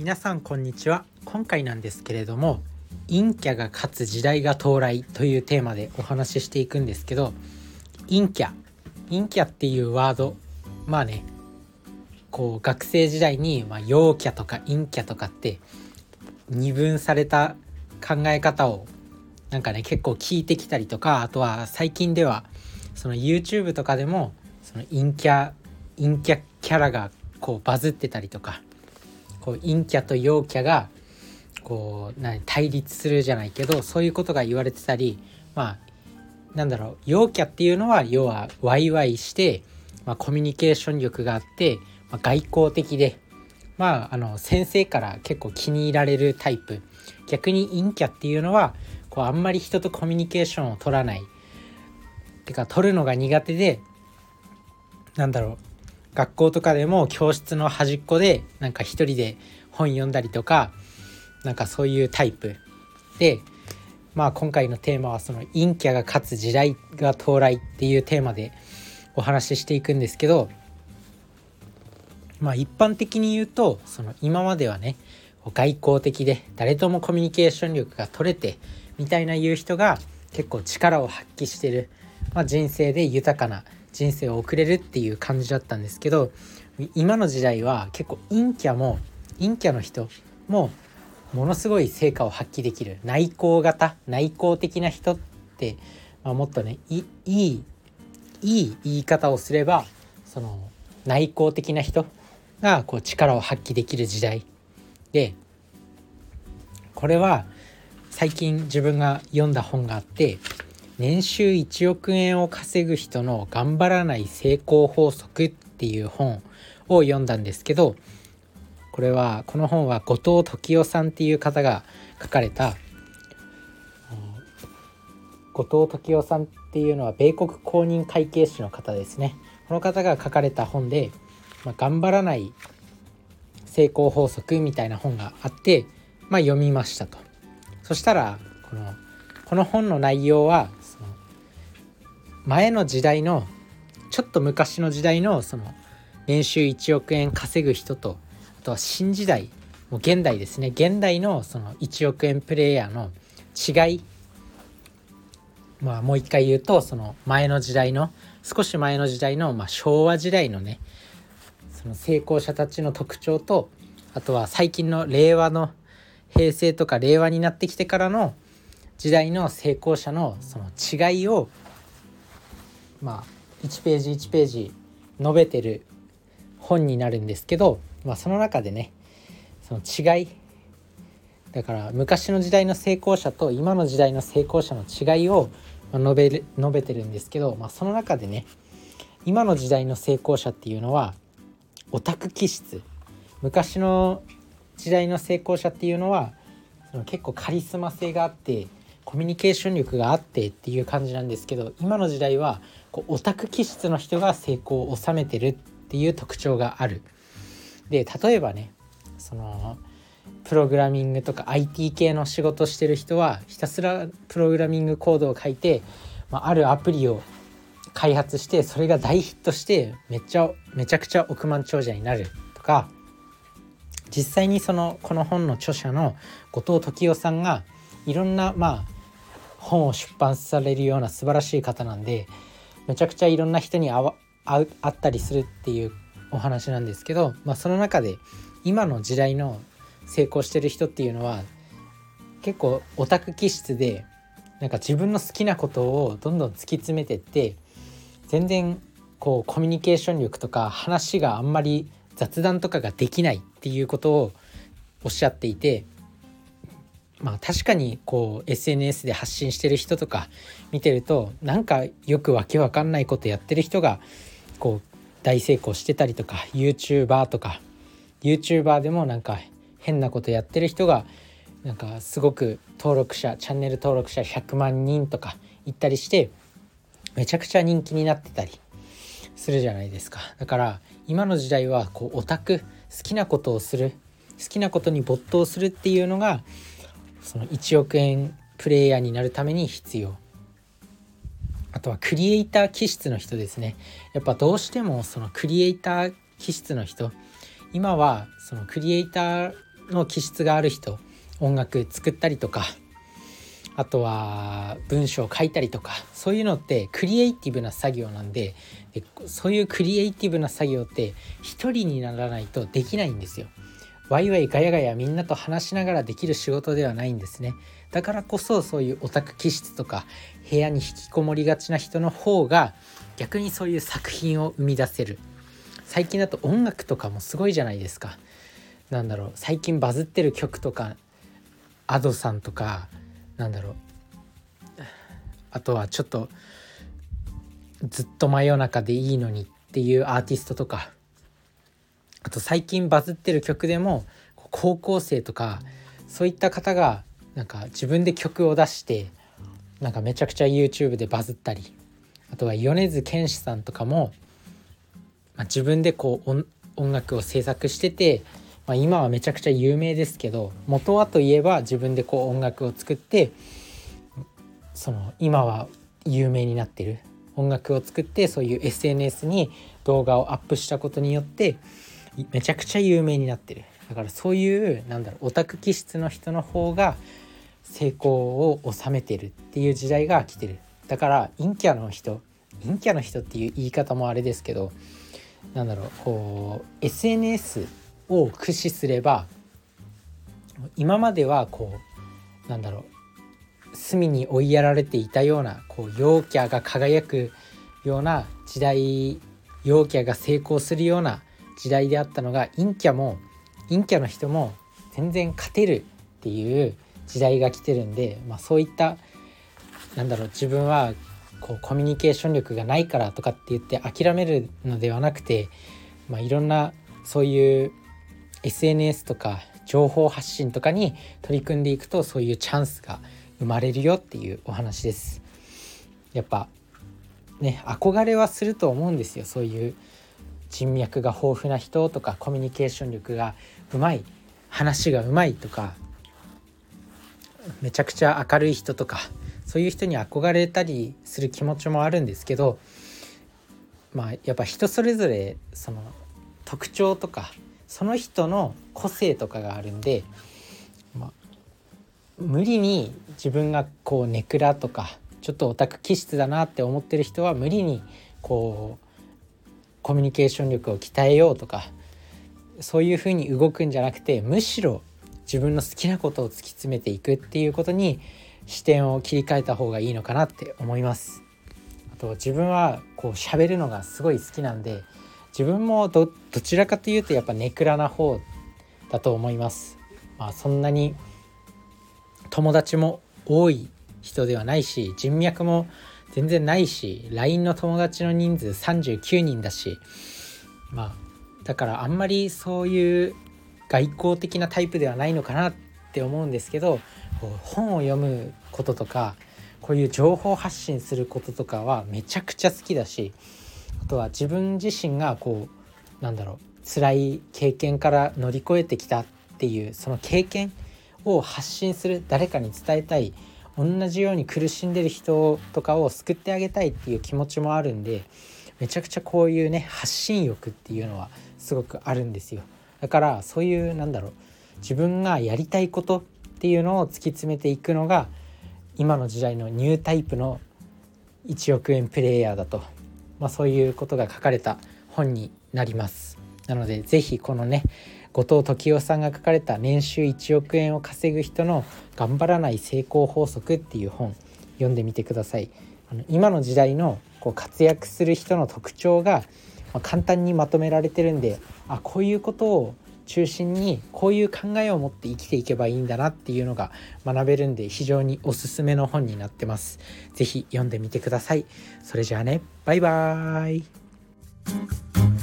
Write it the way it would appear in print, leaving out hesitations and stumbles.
皆さんこんにちは。今回なんですけれども、陰キャが勝つ時代が到来というテーマでお話ししていくんですけど、陰キャっていうワード、学生時代に陽キャとか陰キャとかって二分された考え方を結構聞いてきたりとか、あとは最近ではその YouTube とかでもその陰キャキャラがバズってたりとか、陰キャと陽キャが対立するじゃないけど、そういうことが言われてたり、陽キャっていうのは要はワイワイして、コミュニケーション力があって、外交的で、先生から結構気に入られるタイプ。逆に陰キャっていうのはあんまり人とコミュニケーションを取らない、取るのが苦手で、学校とかでも教室の端っこで一人で本読んだりとか、そういうタイプで、今回のテーマはその陰キャが勝つ時代が到来っていうテーマでお話ししていくんですけど、一般的に言うと、その今まではね、外交的で誰ともコミュニケーション力が取れてみたいな言う人が結構力を発揮してる、人生で豊かな人生を送れるっていう感じだったんですけど、今の時代は結構陰キャの人もものすごい成果を発揮できる内向的な人って、もっとねいい言い方をすれば、その内向的な人が力を発揮できる時代で、これは最近自分が読んだ本があって、年収1億円を稼ぐ人の頑張らない成功法則っていう本を読んだんですけど、この本は後藤時夫さんっていう方が書かれた、後藤時夫さんっていうのは米国公認会計士の方ですね。この方が書かれた本で、頑張らない成功法則みたいな本があって、読みましたと。そしたらこの本の内容は、その前の時代のちょっと昔の時代のその年収1億円稼ぐ人と、あとは新時代、もう現代ですね、現代のその1億円プレイヤーの違い、もう一回言うと、その少し前の時代の、昭和時代のね、その成功者たちの特徴と、あとは最近の平成とか令和になってきてからの時代の成功者のその違いを1ページ1ページ述べてる本になるんですけど、その中でね、その違いだから、昔の時代の成功者と今の時代の成功者の違いを述べてるんですけど、その中でね、今の時代の成功者っていうのはオタク気質、昔の時代の成功者っていうのはその結構カリスマ性があってコミュニケーション力があってっていう感じなんですけど、今の時代はオタク気質の人が成功を収めてるっていう特徴がある。で、例えばね、そのプログラミングとか IT 系の仕事してる人はひたすらプログラミングコードを書いて、あるアプリを開発して、それが大ヒットしてめちゃくちゃ億万長者になるとか、実際にこの本の著者の後藤時夫さんがいろんな本を出版されるような素晴らしい方なんで、めちゃくちゃいろんな人に会ったりするっていうお話なんですけど、その中で今の時代の成功してる人っていうのは結構オタク気質で、自分の好きなことをどんどん突き詰めてって、全然コミュニケーション力とか話があんまり雑談とかができないっていうことをおっしゃっていて、確かにSNS で発信してる人とか見てると、よくわけわかんないことやってる人が大成功してたりとか、 YouTuber でも変なことやってる人がすごくチャンネル登録者100万人とかいったりして、めちゃくちゃ人気になってたりするじゃないですか。だから今の時代はオタク、好きなことをする、好きなことに没頭するっていうのがその1億円プレイヤーになるために必要。あとはクリエイター気質の人ですね。やっぱどうしてもそのクリエイター気質の人、今はそのクリエイターの気質がある人、音楽作ったりとか、あとは文章を書いたりとか、そういうのってクリエイティブな作業なんで、そういうクリエイティブな作業って一人にならないとできないんですよ。ワイワイガヤガヤみんなと話しながらできる仕事ではないんですね。だからこそそういうオタク気質とか部屋に引きこもりがちな人の方が逆にそういう作品を生み出せる。最近だと音楽とかもすごいじゃないですか。最近バズってる曲とか、Adoさんとか、あとはちょっとずっと真夜中でいいのにっていうアーティストとか、あと最近バズってる曲でも高校生とかそういった方が自分で曲を出してめちゃくちゃ YouTube でバズったり、あとは米津玄師さんとかも、自分で音楽を制作してて、今はめちゃくちゃ有名ですけど、元はといえば自分で音楽を作って今は有名になってる音楽を作って、そういう SNS に動画をアップしたことによってめちゃくちゃ有名になってる。だからそういうオタク気質の人の方が成功を収めてるっていう時代が来てる。だから陰キャの人っていう言い方もあれですけど、SNS を駆使すれば、今までは隅に追いやられていたような陽キャが輝くような時代、陽キャが成功するような時代であったのが、陰キャの人も全然勝てるっていう時代が来てるんで、そういった自分はコミュニケーション力がないからとかって言って諦めるのではなくて、いろんなそういう SNS とか情報発信とかに取り組んでいくと、そういうチャンスが生まれるよっていうお話です。やっぱね、憧れはすると思うんですよ。そういう人脈が豊富な人とか、コミュニケーション力がうまい、話がうまいとか、めちゃくちゃ明るい人とか、そういう人に憧れたりする気持ちもあるんですけど、やっぱ人それぞれその特徴とかその人の個性とかがあるんで、無理に自分がネクラとかちょっとオタク気質だなって思ってる人は無理にコミュニケーション力を鍛えようとかそういう風に動くんじゃなくて、むしろ自分の好きなことを突き詰めていくっていうことに視点を切り替えた方がいいのかなって思います。あと自分は喋るのがすごい好きなんで、自分もどちらかというとやっぱネクラな方だと思います。そんなに友達も多い人ではないし、人脈も全然ないし、 LINE の友達の人数39人だし、だからあんまりそういう外交的なタイプではないのかなって思うんですけど、本を読むこととかこういう情報発信することとかはめちゃくちゃ好きだし、あとは自分自身が辛い経験から乗り越えてきたっていうその経験を発信する、誰かに伝えたい、同じように苦しんでる人とかを救ってあげたいっていう気持ちもあるんで、めちゃくちゃこういうね発信欲っていうのはすごくあるんですよ。だからそういう自分がやりたいことっていうのを突き詰めていくのが今の時代のニュータイプの1億円プレイヤーだと、そういうことが書かれた本になります。なのでぜひこのね後藤時夫さんが書かれた年収1億円を稼ぐ人の頑張らない成功法則っていう本読んでみてください。今の時代の活躍する人の特徴が簡単にまとめられてるんで、こういうことを中心にこういう考えを持って生きていけばいいんだなっていうのが学べるんで、非常におすすめの本になってます。ぜひ読んでみてください。それじゃあね、バイバーイ。